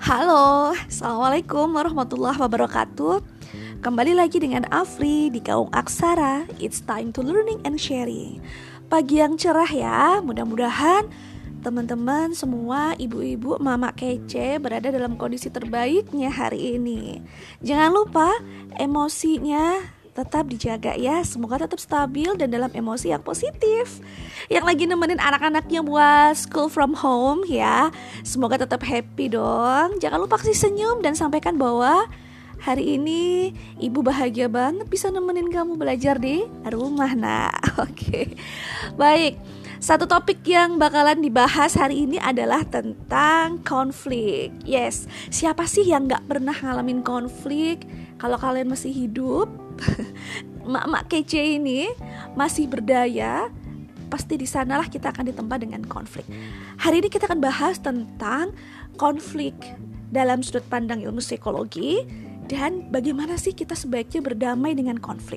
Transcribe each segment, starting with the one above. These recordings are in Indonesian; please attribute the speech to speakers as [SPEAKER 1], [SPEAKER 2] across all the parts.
[SPEAKER 1] Halo, Assalamualaikum warahmatullahi wabarakatuh. Kembali lagi dengan Afri di Gaung Aksara. It's time to learning and sharing. Pagi yang cerah ya. Mudah-mudahan teman-teman semua, ibu-ibu, mama kece berada dalam kondisi terbaiknya hari ini. Jangan lupa emosinya tetap dijaga ya. Semoga tetap stabil dan dalam emosi yang positif. Yang lagi nemenin anak-anaknya buat school from home ya, semoga tetap happy dong. Jangan lupa kasih senyum dan sampaikan bahwa hari ini ibu bahagia banget bisa nemenin kamu belajar di rumah. Nah, oke. Baik, satu topik yang bakalan dibahas hari ini adalah tentang konflik. Yes, siapa sih yang gak pernah ngalamin konflik? Kalau kalian masih hidup, mak-mak kece ini masih berdaya, pasti di sanalah kita akan ditempa dengan konflik. Hari ini kita akan bahas tentang konflik dalam sudut pandang ilmu psikologi dan bagaimana sih kita sebaiknya berdamai dengan konflik.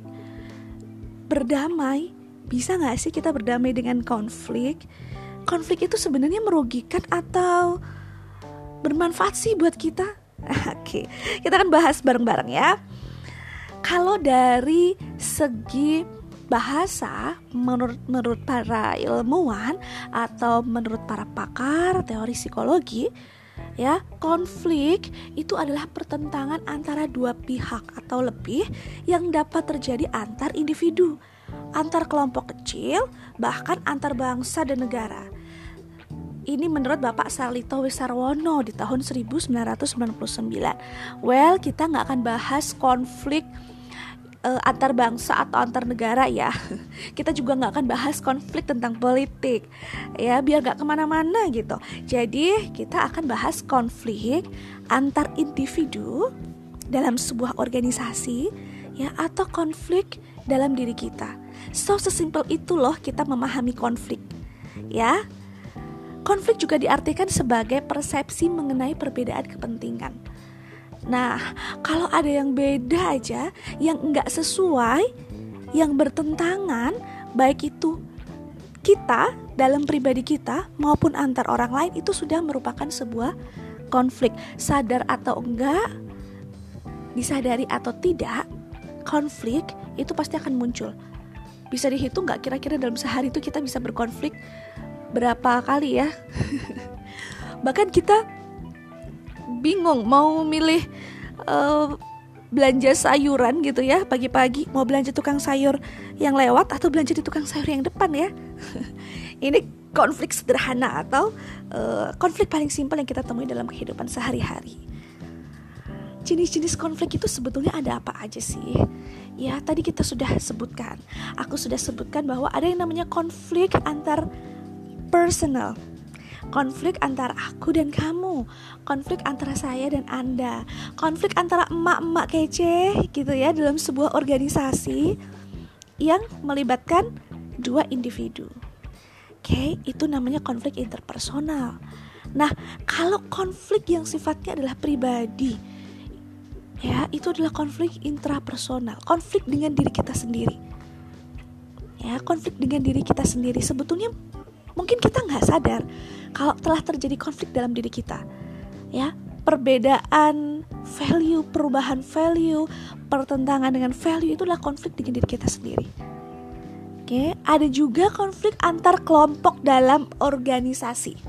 [SPEAKER 1] Berdamai, bisa gak sih kita berdamai dengan konflik? Konflik itu sebenarnya merugikan atau bermanfaat sih buat kita? Oke, kita akan bahas bareng-bareng ya. Kalau dari segi bahasa, menurut para ilmuwan atau menurut para pakar teori psikologi, ya, konflik itu adalah pertentangan antara dua pihak atau lebih yang dapat terjadi antar individu, antar kelompok kecil, bahkan antar bangsa dan negara. Ini menurut Bapak Sarlito Wisarwono di tahun 1999. Well, kita nggak akan bahas konflik antar bangsa atau antar negara ya. Kita juga nggak akan bahas konflik tentang politik ya, biar nggak kemana-mana gitu. Jadi kita akan bahas konflik antar individu dalam sebuah organisasi ya, atau konflik dalam diri kita. So sesimpel itu loh kita memahami konflik ya. Konflik juga diartikan sebagai persepsi mengenai perbedaan kepentingan. Nah, kalau ada yang beda aja, yang enggak sesuai, yang bertentangan, baik itu kita dalam pribadi kita maupun antar orang lain, itu sudah merupakan sebuah konflik. Sadar atau enggak, disadari atau tidak, konflik itu pasti akan muncul. Bisa dihitung enggak kira-kira dalam sehari itu kita bisa berkonflik berapa kali ya? Bahkan kita bingung mau milih belanja sayuran gitu ya, pagi-pagi mau belanja tukang sayur yang lewat atau belanja di tukang sayur yang depan ya. Ini konflik sederhana atau konflik paling simpel yang kita temui dalam kehidupan sehari-hari. Jenis-jenis konflik itu sebetulnya ada apa aja sih? Ya, tadi kita sudah sebutkan. Aku sudah sebutkan bahwa ada yang namanya konflik antar personal, konflik antara aku dan kamu, konflik antara saya dan Anda, konflik antara emak-emak kece gitu ya dalam sebuah organisasi yang melibatkan dua individu. Oke, itu namanya konflik interpersonal. Nah, kalau konflik yang sifatnya adalah pribadi, ya, itu adalah konflik intrapersonal, konflik dengan diri kita sendiri. Ya, konflik dengan diri kita sendiri sebetulnya mungkin kita nggak sadar kalau telah terjadi konflik dalam diri kita, ya, perbedaan value, perubahan value, pertentangan dengan value, itulah konflik dengan diri kita sendiri. Oke, ada juga konflik antar kelompok dalam organisasi.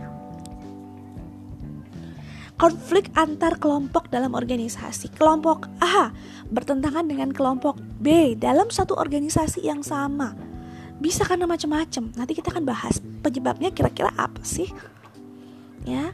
[SPEAKER 1] Konflik antar kelompok dalam organisasi. Kelompok A bertentangan dengan kelompok B dalam satu organisasi yang sama. Bisa karena macam-macam. Nanti kita akan bahas penyebabnya kira-kira apa sih? Ya.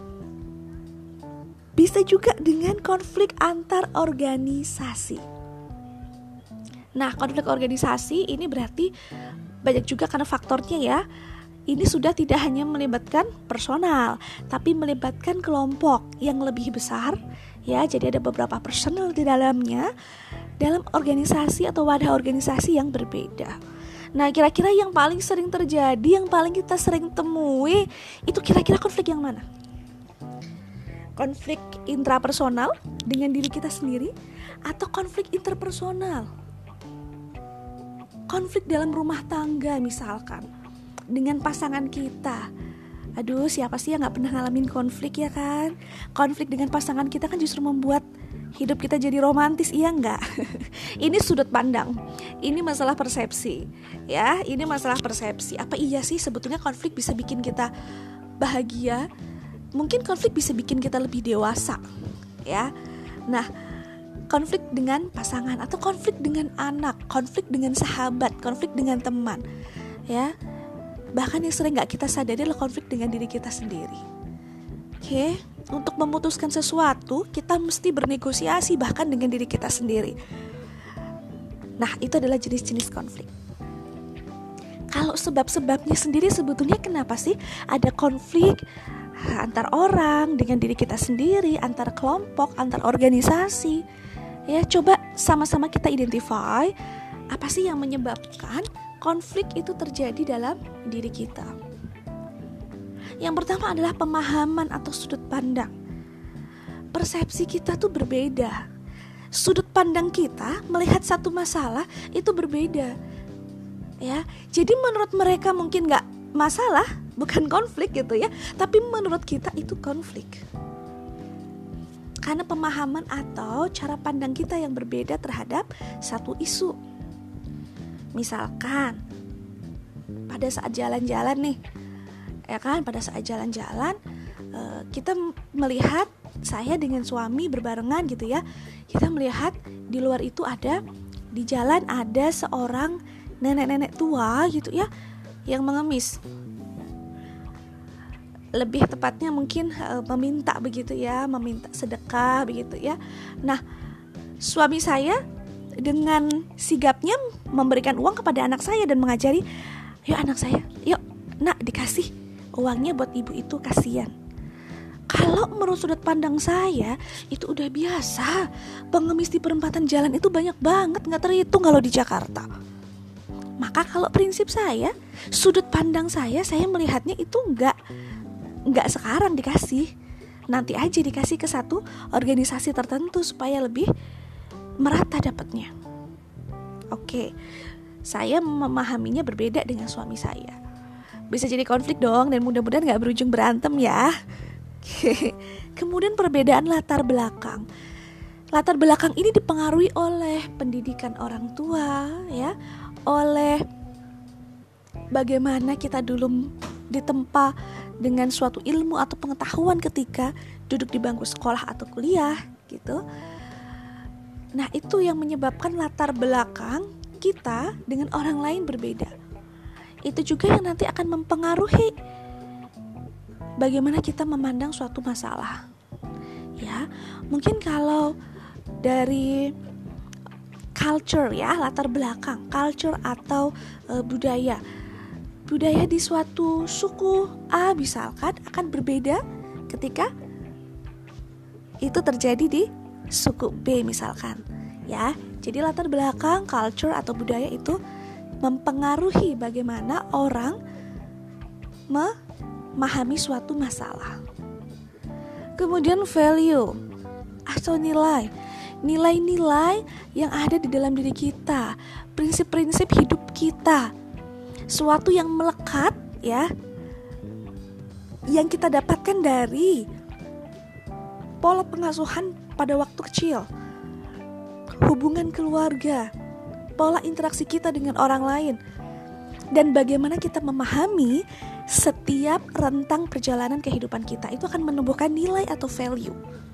[SPEAKER 1] Bisa juga dengan konflik antar organisasi. Nah, konflik organisasi ini berarti banyak juga karena faktornya ya. Ini sudah tidak hanya melibatkan personal, tapi melibatkan kelompok yang lebih besar ya. Jadi ada beberapa personal di dalamnya dalam organisasi atau wadah organisasi yang berbeda. Nah, kira-kira yang paling sering terjadi, yang paling kita sering temui, itu kira-kira konflik yang mana? Konflik intrapersonal dengan diri kita sendiri atau konflik interpersonal? Konflik dalam rumah tangga misalkan, dengan pasangan kita, Aduh, siapa sih yang gak pernah ngalamin konflik ya kan? Konflik dengan pasangan kita kan justru membuat hidup kita jadi romantis, iya enggak? Ini sudut pandang, ini masalah persepsi. Ya, ini masalah persepsi. Apa iya sih sebetulnya konflik bisa bikin kita bahagia? Mungkin konflik bisa bikin kita lebih dewasa, ya. Nah, konflik dengan pasangan atau konflik dengan anak, konflik dengan sahabat, konflik dengan teman, ya. Bahkan yang sering gak kita sadari adalah konflik dengan diri kita sendiri. Oke, untuk memutuskan sesuatu kita mesti bernegosiasi bahkan dengan diri kita sendiri. Nah, itu adalah jenis-jenis konflik. Kalau sebab-sebabnya sendiri sebetulnya kenapa sih ada konflik antar orang dengan diri kita sendiri, antar kelompok, antar organisasi? Ya, coba sama-sama kita identify apa sih yang menyebabkan konflik itu terjadi dalam diri kita. Yang pertama adalah pemahaman atau sudut pandang. Persepsi kita tuh berbeda. Sudut pandang kita melihat satu masalah itu berbeda. Ya, jadi menurut mereka mungkin gak masalah, bukan konflik gitu ya, tapi menurut kita itu konflik. Karena pemahaman atau cara pandang kita yang berbeda terhadap satu isu. Misalkan pada saat jalan-jalan nih, ya kan, pada saat jalan-jalan kita melihat saya dengan suami berbarengan gitu ya. Kita melihat di luar itu di jalan ada seorang nenek-nenek tua gitu ya yang mengemis. Lebih tepatnya mungkin meminta begitu ya, meminta sedekah begitu ya. Nah, suami saya dengan sigapnya memberikan uang kepada anak saya dan mengajari, yuk anak saya, yuk nak dikasih uangnya buat ibu itu, kasihan. Kalau menurut sudut pandang saya itu udah biasa, pengemis di perempatan jalan itu banyak banget, gak terhitung kalau di Jakarta. Maka kalau prinsip saya, sudut pandang saya melihatnya itu gak sekarang dikasih, nanti aja dikasih ke satu organisasi tertentu supaya lebih merata dapatnya. Oke, saya memahaminya berbeda dengan suami saya. Bisa jadi konflik dong, dan mudah-mudahan gak berujung berantem ya. Kemudian perbedaan latar belakang. Latar belakang ini dipengaruhi oleh pendidikan orang tua ya, oleh bagaimana kita dulu ditempa dengan suatu ilmu atau pengetahuan ketika duduk di bangku sekolah atau kuliah gitu. Nah, itu yang menyebabkan latar belakang kita dengan orang lain berbeda. Itu juga yang nanti akan mempengaruhi bagaimana kita memandang suatu masalah. Ya, mungkin kalau dari culture ya, latar belakang, culture atau budaya di suatu suku A misalkan akan berbeda ketika itu terjadi di suku B misalkan ya. Jadi latar belakang, culture atau budaya itu mempengaruhi bagaimana orang memahami suatu masalah. Kemudian value atau nilai-nilai yang ada di dalam diri kita, prinsip-prinsip hidup kita, suatu yang melekat ya, yang kita dapatkan dari pola pengasuhan pada waktu kecil, hubungan keluarga, pola interaksi kita dengan orang lain, dan bagaimana kita memahami setiap rentang perjalanan kehidupan kita. Itu akan menumbuhkan nilai atau value.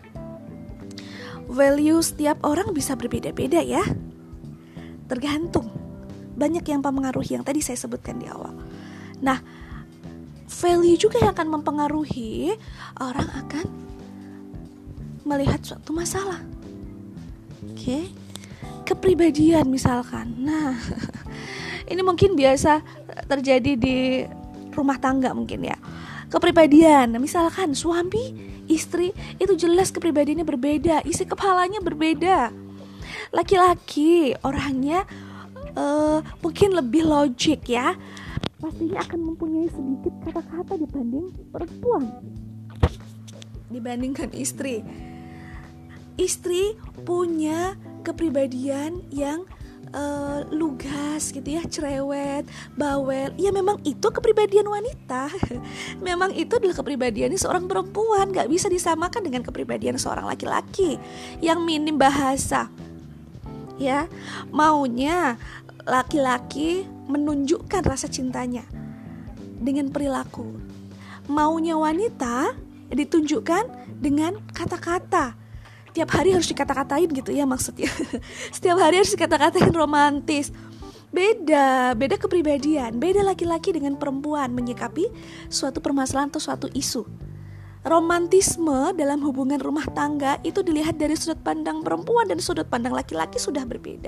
[SPEAKER 1] Value setiap orang bisa berbeda-beda ya, tergantung. Banyak yang mempengaruhi yang tadi saya sebutkan di awal. Nah, value juga yang akan mempengaruhi orang akan melihat suatu masalah. Oke. Kepribadian misalkan. Nah, ini mungkin biasa terjadi di rumah tangga mungkin ya. Kepribadian, misalkan suami, istri itu jelas kepribadiannya berbeda, isi kepalanya berbeda. Laki-laki orangnya mungkin lebih logik ya, pastinya akan mempunyai sedikit kata-kata dibanding perempuan, dibandingkan istri. Istri punya kepribadian yang lugas gitu ya, cerewet, bawel. Ya memang itu kepribadian wanita. Memang itu adalah kepribadian seorang perempuan, gak bisa disamakan dengan kepribadian seorang laki-laki yang minim bahasa. Ya, maunya laki-laki menunjukkan rasa cintanya dengan perilaku. Maunya wanita ditunjukkan dengan kata-kata. Tiap hari harus dikata-katain gitu ya maksudnya. Setiap hari harus dikata-katain romantis. Beda kepribadian, beda laki-laki dengan perempuan menyikapi suatu permasalahan atau suatu isu. Romantisme dalam hubungan rumah tangga itu dilihat dari sudut pandang perempuan dan sudut pandang laki-laki sudah berbeda.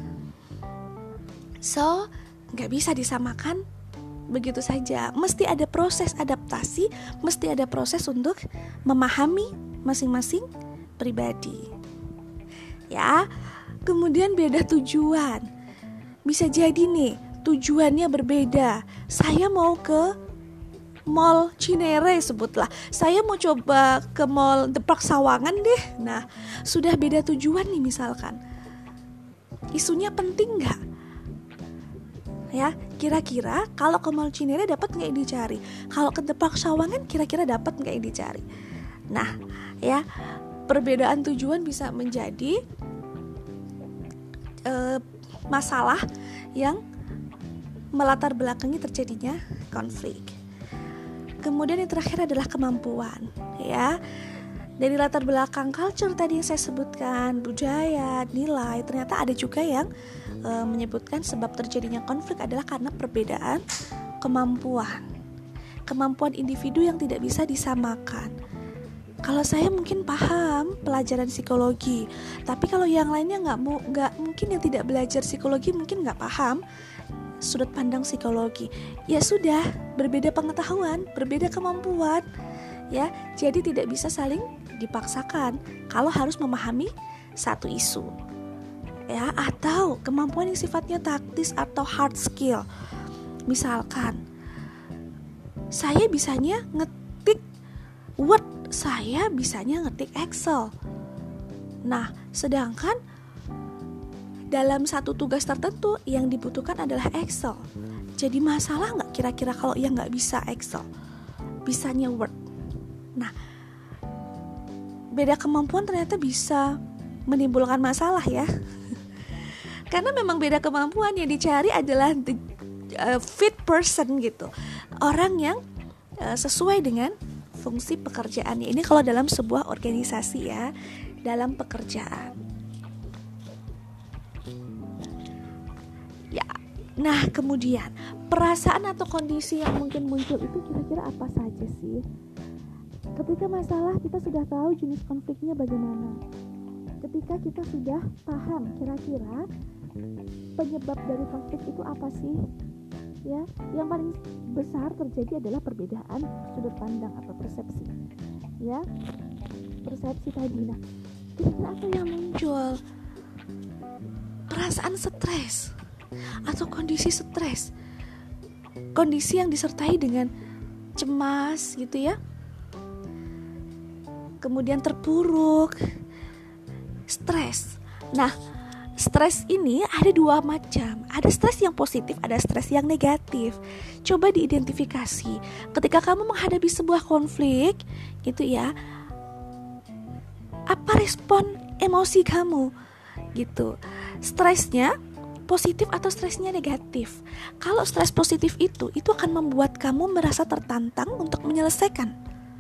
[SPEAKER 1] So, gak bisa disamakan begitu saja. Mesti ada proses adaptasi, mesti ada proses untuk memahami masing-masing pribadi. Ya, kemudian beda tujuan. Bisa jadi nih, tujuannya berbeda. Saya mau ke Mall Cinere sebutlah. Saya mau coba ke Mall The Park Sawangan deh. Nah, sudah beda tujuan nih misalkan. Isunya penting gak? Ya, kira-kira kalau ke Mall Cinere dapat nggak yang dicari? Kalau ke The Park Sawangan kira-kira dapat nggak yang dicari? Nah, ya, perbedaan tujuan bisa menjadi masalah yang melatar belakangi terjadinya konflik. Kemudian yang terakhir adalah kemampuan, ya. Dari latar belakang culture tadi yang saya sebutkan, budaya, nilai, ternyata ada juga yang menyebutkan sebab terjadinya konflik adalah karena perbedaan kemampuan. Kemampuan individu yang tidak bisa disamakan. Kalau saya mungkin paham pelajaran psikologi, tapi kalau yang lainnya nggak mungkin, yang tidak belajar psikologi mungkin nggak paham sudut pandang psikologi. Ya sudah, berbeda pengetahuan, berbeda kemampuan, ya. Jadi tidak bisa saling dipaksakan kalau harus memahami satu isu, ya. Atau kemampuan yang sifatnya taktis atau hard skill. Misalkan saya bisanya ngetik Word, saya bisanya ngetik Excel. Nah, sedangkan dalam satu tugas tertentu yang dibutuhkan adalah Excel. Jadi masalah nggak kira-kira kalau yang nggak bisa Excel, bisanya Word? Nah, beda kemampuan ternyata bisa menimbulkan masalah ya. Karena memang beda kemampuan, yang dicari adalah the fit person gitu. Orang yang sesuai dengan fungsi pekerjaannya. Ini kalau dalam sebuah organisasi ya, dalam pekerjaan. Ya. Nah, kemudian perasaan atau kondisi yang mungkin muncul itu kira-kira apa saja sih? Ketika masalah kita sudah tahu jenis konfliknya bagaimana. Ketika kita sudah paham kira-kira penyebab dari konflik itu apa sih? Ya, yang paling besar terjadi adalah perbedaan sudut pandang atau persepsi. Ya, persepsi tadi. Nah, kira-kira apa yang muncul? Perasaan stres atau kondisi stres, kondisi yang disertai dengan cemas gitu ya, kemudian terpuruk, stres. Nah, stres ini ada dua macam. Ada stres yang positif, ada stres yang negatif. Coba diidentifikasi. Ketika kamu menghadapi sebuah konflik, gitu ya, apa respon emosi kamu? Gitu. Stresnya positif atau stresnya negatif? Kalau stres positif itu akan membuat kamu merasa tertantang untuk menyelesaikan.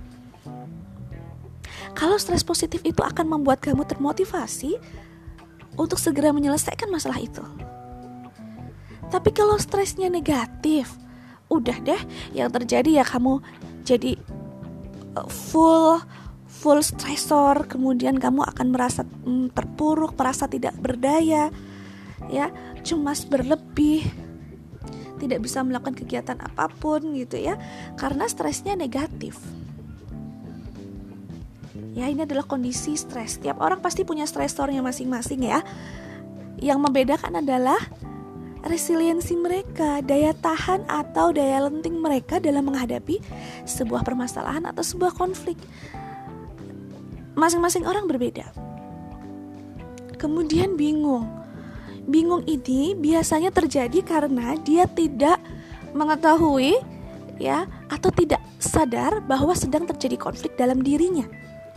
[SPEAKER 1] Kalau stres positif itu akan membuat kamu termotivasi untuk segera menyelesaikan masalah itu. Tapi kalau stresnya negatif, udah deh, yang terjadi ya kamu jadi full stressor, kemudian kamu akan merasa terpuruk, merasa tidak berdaya, ya, cemas berlebih, tidak bisa melakukan kegiatan apapun gitu ya, karena stresnya negatif. Ya, ini adalah kondisi stres. Tiap orang pasti punya stresornya masing-masing ya. Yang membedakan adalah resiliensi mereka, daya tahan atau daya lenting mereka dalam menghadapi sebuah permasalahan atau sebuah konflik. Masing-masing orang berbeda. Kemudian bingung bingung ini biasanya terjadi karena dia tidak mengetahui ya, atau tidak sadar bahwa sedang terjadi konflik dalam dirinya.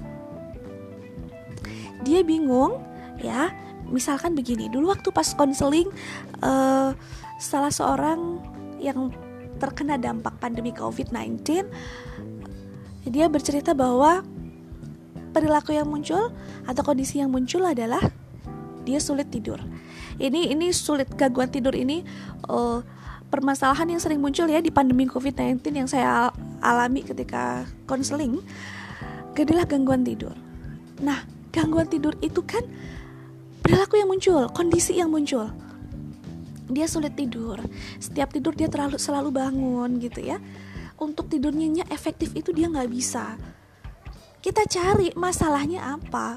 [SPEAKER 1] Dia bingung ya, misalkan begini, dulu waktu pas konseling salah seorang yang terkena dampak pandemi COVID-19, dia bercerita bahwa perilaku yang muncul atau kondisi yang muncul adalah dia sulit tidur. Ini sulit, gangguan tidur ini permasalahan yang sering muncul ya di pandemi COVID-19 yang saya alami ketika konseling adalah gangguan tidur. Nah, gangguan tidur itu kan perilaku yang muncul, kondisi yang muncul. Dia sulit tidur, setiap tidur dia selalu bangun gitu ya. Untuk tidur nyenyak efektif itu dia nggak bisa. Kita cari masalahnya apa.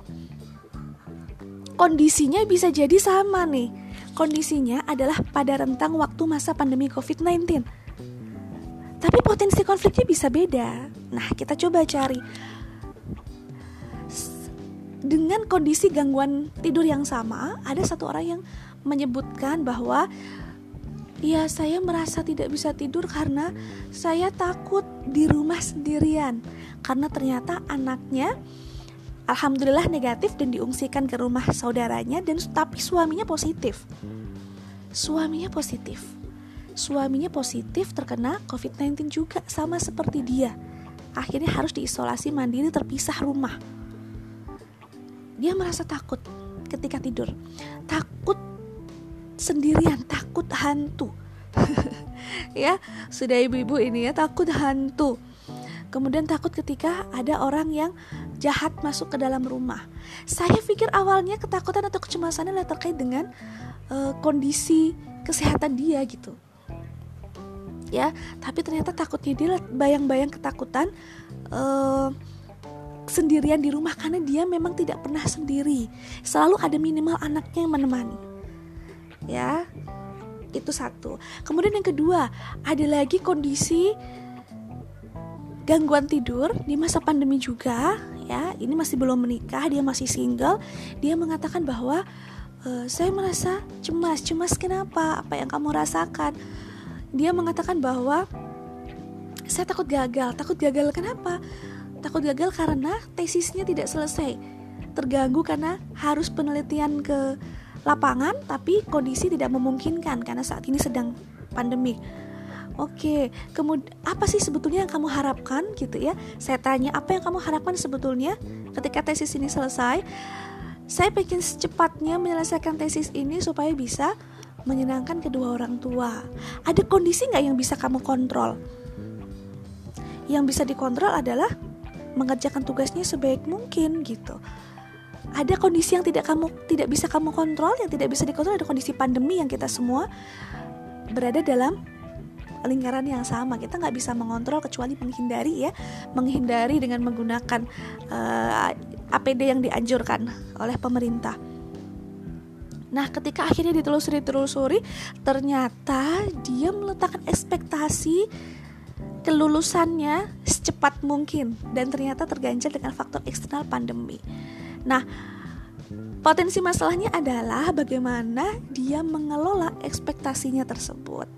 [SPEAKER 1] Kondisinya bisa jadi sama nih. Kondisinya adalah pada rentang waktu masa pandemi COVID-19. Tapi potensi konfliknya bisa beda. Nah, kita coba cari. Dengan kondisi gangguan tidur yang sama, ada satu orang yang menyebutkan bahwa ya, saya merasa tidak bisa tidur karena saya takut di rumah sendirian. Karena ternyata anaknya alhamdulillah negatif dan diungsikan ke rumah saudaranya, tapi suaminya positif. Suaminya positif terkena COVID-19 juga, sama seperti dia. Akhirnya harus diisolasi mandiri, terpisah rumah. Dia merasa takut ketika tidur. Takut sendirian, takut hantu. Ya, sudah ibu-ibu ini ya, takut hantu. Kemudian takut ketika ada orang yang jahat masuk ke dalam rumah. Saya pikir awalnya ketakutan atau kecemasannya adalah terkait dengan kondisi kesehatan dia gitu. Ya, tapi ternyata takutnya dia bayang-bayang ketakutan sendirian di rumah karena dia memang tidak pernah sendiri. Selalu ada minimal anaknya yang menemani. Ya, itu satu. Kemudian yang kedua, ada lagi kondisi gangguan tidur di masa pandemi juga. Ya, ini masih belum menikah, dia masih single. Dia mengatakan bahwa saya merasa cemas. Cemas kenapa? Apa yang kamu rasakan? Dia mengatakan bahwa saya takut gagal. Takut gagal kenapa? Takut gagal karena tesisnya tidak selesai. Terganggu karena harus penelitian ke lapangan, tapi kondisi tidak memungkinkan karena saat ini sedang pandemi. Oke, kemudian apa sih sebetulnya yang kamu harapkan gitu ya? Saya tanya, apa yang kamu harapkan sebetulnya ketika tesis ini selesai? Saya pengen secepatnya menyelesaikan tesis ini supaya bisa menyenangkan kedua orang tua. Ada kondisi nggak yang bisa kamu kontrol? Yang bisa dikontrol adalah mengerjakan tugasnya sebaik mungkin gitu. Ada kondisi yang tidak bisa kamu kontrol, yang tidak bisa dikontrol. Ada kondisi pandemi yang kita semua berada dalam lingkaran yang sama. Kita nggak bisa mengontrol kecuali menghindari dengan menggunakan APD yang dianjurkan oleh pemerintah. Nah, ketika akhirnya ditelusuri, ternyata dia meletakkan ekspektasi kelulusannya secepat mungkin dan ternyata terganjal dengan faktor eksternal pandemi. Nah, potensi masalahnya adalah bagaimana dia mengelola ekspektasinya tersebut.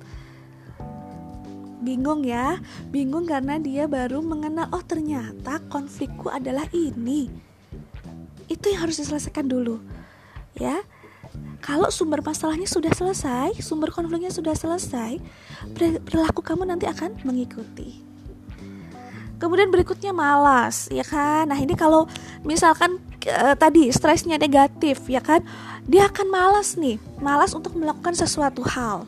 [SPEAKER 1] Bingung ya, bingung karena dia baru mengenal, oh ternyata konflikku adalah ini. Itu yang harus diselesaikan dulu. Ya, kalau sumber masalahnya sudah selesai, sumber konfliknya sudah selesai, perilaku kamu nanti akan mengikuti. Kemudian berikutnya malas, ya kan? Nah, ini kalau misalkan tadi stresnya negatif, ya kan? Dia akan malas untuk melakukan sesuatu hal.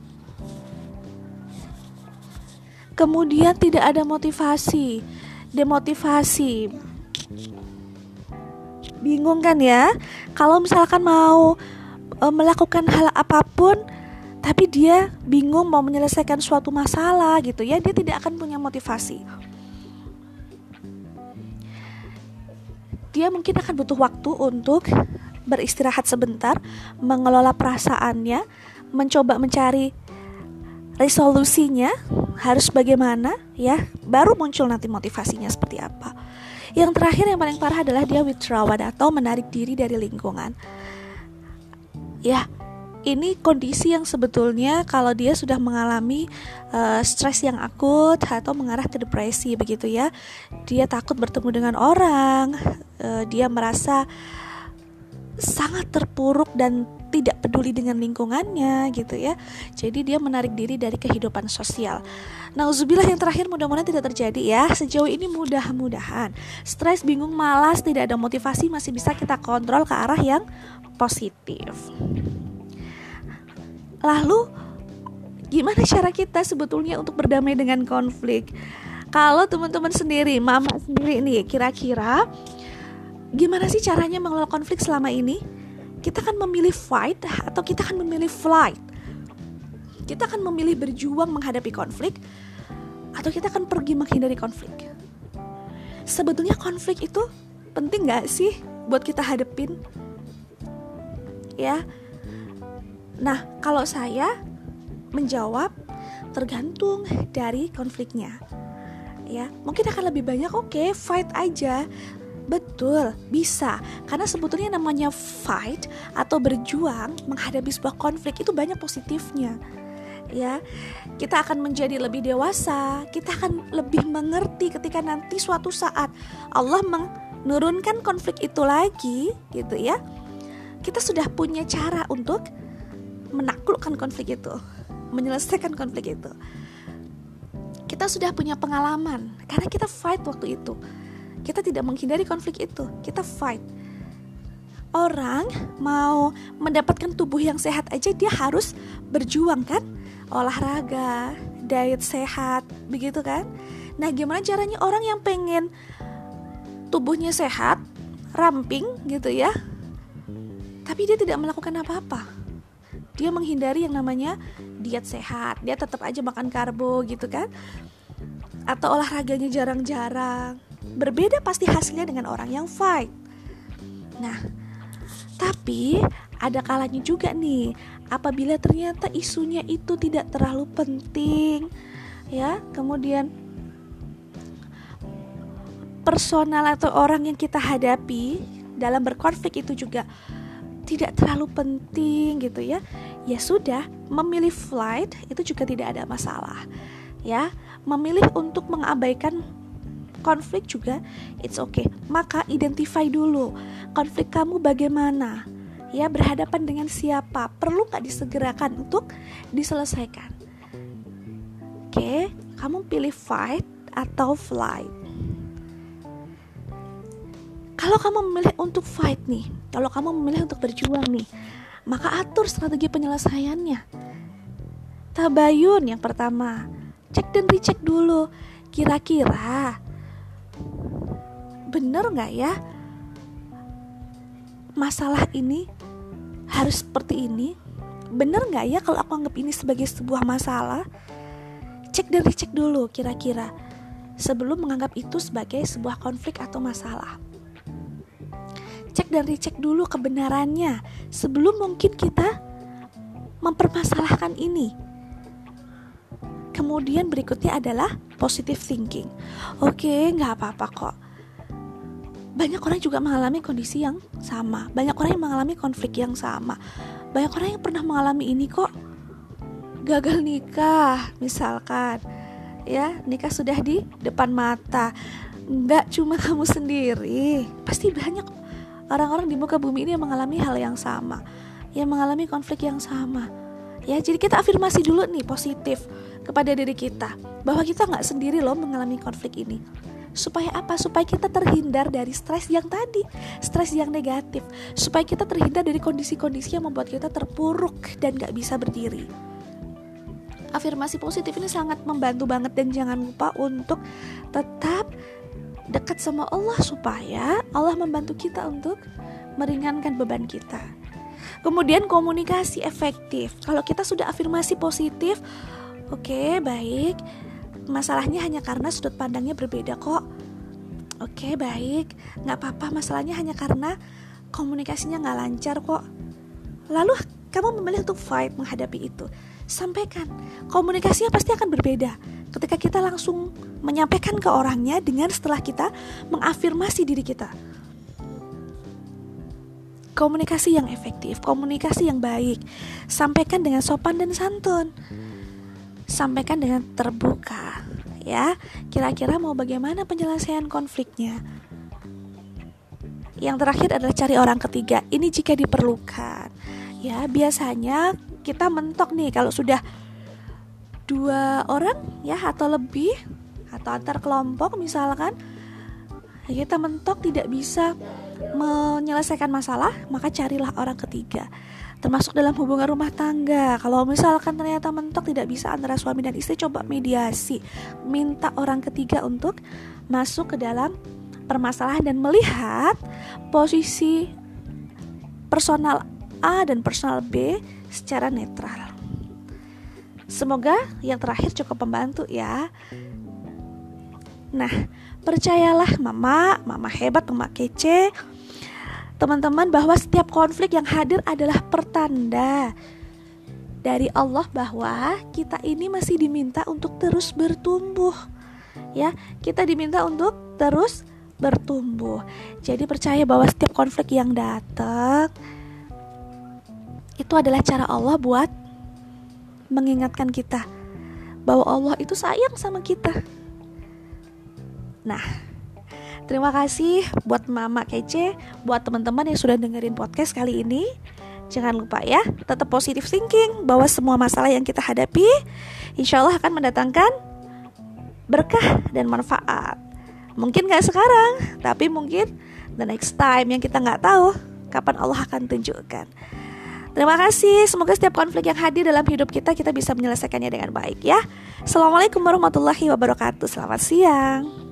[SPEAKER 1] Kemudian tidak ada motivasi, demotivasi. Bingung kan ya? Kalau misalkan mau melakukan hal apapun, tapi dia bingung mau menyelesaikan suatu masalah gitu ya, dia tidak akan punya motivasi. Dia mungkin akan butuh waktu untuk beristirahat sebentar, mengelola perasaannya, mencoba mencari resolusinya harus bagaimana ya, baru muncul nanti motivasinya seperti apa. Yang terakhir yang paling parah adalah dia withdrawn atau menarik diri dari lingkungan. Ya, ini kondisi yang sebetulnya kalau dia sudah mengalami stres yang akut atau mengarah ke depresi begitu ya. Dia takut bertemu dengan orang, dia merasa sangat terpuruk dan tidak peduli dengan lingkungannya gitu ya. Jadi dia menarik diri dari kehidupan sosial. Nauzubillah, yang terakhir mudah-mudahan tidak terjadi ya. Sejauh ini mudah-mudahan stres, bingung, malas, tidak ada motivasi masih bisa kita kontrol ke arah yang positif. Lalu gimana cara kita sebetulnya untuk berdamai dengan konflik? Kalau teman-teman sendiri, mama sendiri nih, kira-kira gimana sih caranya mengelola konflik selama ini? Kita akan memilih fight atau kita akan memilih flight? Kita akan memilih berjuang menghadapi konflik atau kita akan pergi menghindari konflik? Sebetulnya konflik itu penting gak sih buat kita hadepin? Ya. Nah, kalau saya menjawab tergantung dari konfliknya. Ya, mungkin akan lebih banyak fight aja. Betul, bisa. Karena sebetulnya namanya fight atau berjuang menghadapi sebuah konflik itu banyak positifnya. Ya, kita akan menjadi lebih dewasa, kita akan lebih mengerti ketika nanti suatu saat Allah menurunkan konflik itu lagi, gitu ya. Kita sudah punya cara untuk menaklukkan konflik itu, menyelesaikan konflik itu. Kita sudah punya pengalaman karena kita fight waktu itu. Kita tidak menghindari konflik itu, kita fight. Orang mau mendapatkan tubuh yang sehat aja dia harus berjuang kan? Olahraga, diet sehat, begitu kan? Nah, gimana caranya orang yang pengen tubuhnya sehat, ramping gitu ya, tapi dia tidak melakukan apa-apa? Dia menghindari yang namanya diet sehat, dia tetap aja makan karbo gitu kan? Atau olahraganya jarang-jarang. Berbeda pasti hasilnya dengan orang yang fight. Nah, tapi ada kalanya juga nih, apabila ternyata isunya itu tidak terlalu penting, ya, kemudian personal atau orang yang kita hadapi dalam berkonflik itu juga tidak terlalu penting gitu ya. Ya sudah, memilih flight itu juga tidak ada masalah. Ya, memilih untuk mengabaikan konflik juga it's okay. Maka identify dulu konflik kamu bagaimana, ya, berhadapan dengan siapa, perlu gak disegerakan untuk diselesaikan. Oke, kamu pilih fight atau flight. Kalau kamu memilih untuk fight nih, kalau kamu memilih untuk berjuang nih, maka atur strategi penyelesaiannya. Tabayun yang pertama, cek dan recheck dulu, kira-kira bener gak ya masalah ini harus seperti ini? Bener gak ya kalau aku anggap ini sebagai sebuah masalah? Cek dan recheck dulu kira-kira sebelum menganggap itu sebagai sebuah konflik atau masalah. Cek dan recheck dulu kebenarannya sebelum mungkin kita mempermasalahkan ini. Kemudian berikutnya adalah positive thinking. Oke, gak apa-apa kok. Banyak orang juga mengalami kondisi yang sama. Banyak orang yang mengalami konflik yang sama. Banyak orang yang pernah mengalami ini kok. Gagal nikah misalkan, ya, nikah sudah di depan mata. Nggak cuma kamu sendiri, pasti banyak orang-orang di muka bumi ini yang mengalami hal yang sama, yang mengalami konflik yang sama. Ya, jadi kita afirmasi dulu nih positif kepada diri kita bahwa kita nggak sendiri loh mengalami konflik ini. Supaya apa? Supaya kita terhindar dari stres yang tadi, stres yang negatif. Supaya kita terhindar dari kondisi-kondisi yang membuat kita terpuruk dan gak bisa berdiri. Afirmasi positif ini sangat membantu banget. Dan jangan lupa untuk tetap dekat sama Allah, supaya Allah membantu kita untuk meringankan beban kita. Kemudian komunikasi efektif. Kalau kita sudah afirmasi positif, oke, baik, masalahnya hanya karena sudut pandangnya berbeda kok. Oke, baik, gak apa-apa, masalahnya hanya karena komunikasinya gak lancar kok. Lalu kamu memilih untuk fight menghadapi itu. Sampaikan, komunikasinya pasti akan berbeda ketika kita langsung menyampaikan ke orangnya dengan setelah kita mengafirmasi diri kita. komunikasi yang efektif, komunikasi yang baik. Sampaikan dengan sopan dan santun. Sampaikan dengan terbuka, ya. Kira-kira mau bagaimana penyelesaian konfliknya? Yang terakhir adalah cari orang ketiga. Ini jika diperlukan. Ya, biasanya kita mentok nih kalau sudah 2 orang ya atau lebih, atau antar kelompok misalkan, kita mentok tidak bisa menyelesaikan masalah, maka carilah orang ketiga. Termasuk dalam hubungan rumah tangga. Kalau misalkan ternyata mentok tidak bisa antara suami dan istri, coba mediasi. Minta orang ketiga untuk masuk ke dalam permasalahan dan melihat posisi personal A dan personal B secara netral. Semoga yang terakhir cukup membantu ya. Nah, percayalah mama hebat, mama kece, teman-teman, bahwa setiap konflik yang hadir adalah pertanda dari Allah bahwa kita ini masih diminta untuk terus bertumbuh. Ya, kita diminta untuk terus bertumbuh. Jadi percaya bahwa setiap konflik yang datang itu adalah cara Allah buat mengingatkan kita bahwa Allah itu sayang sama kita. Nah, terima kasih buat Mama Kece, buat teman-teman yang sudah dengerin podcast kali ini. Jangan lupa ya, tetap positive thinking bahwa semua masalah yang kita hadapi insya Allah akan mendatangkan berkah dan manfaat. Mungkin gak sekarang, tapi mungkin the next time yang kita gak tahu kapan Allah akan tunjukkan. Terima kasih, semoga setiap konflik yang hadir dalam hidup kita bisa menyelesaikannya dengan baik ya. Assalamualaikum warahmatullahi wabarakatuh. Selamat siang.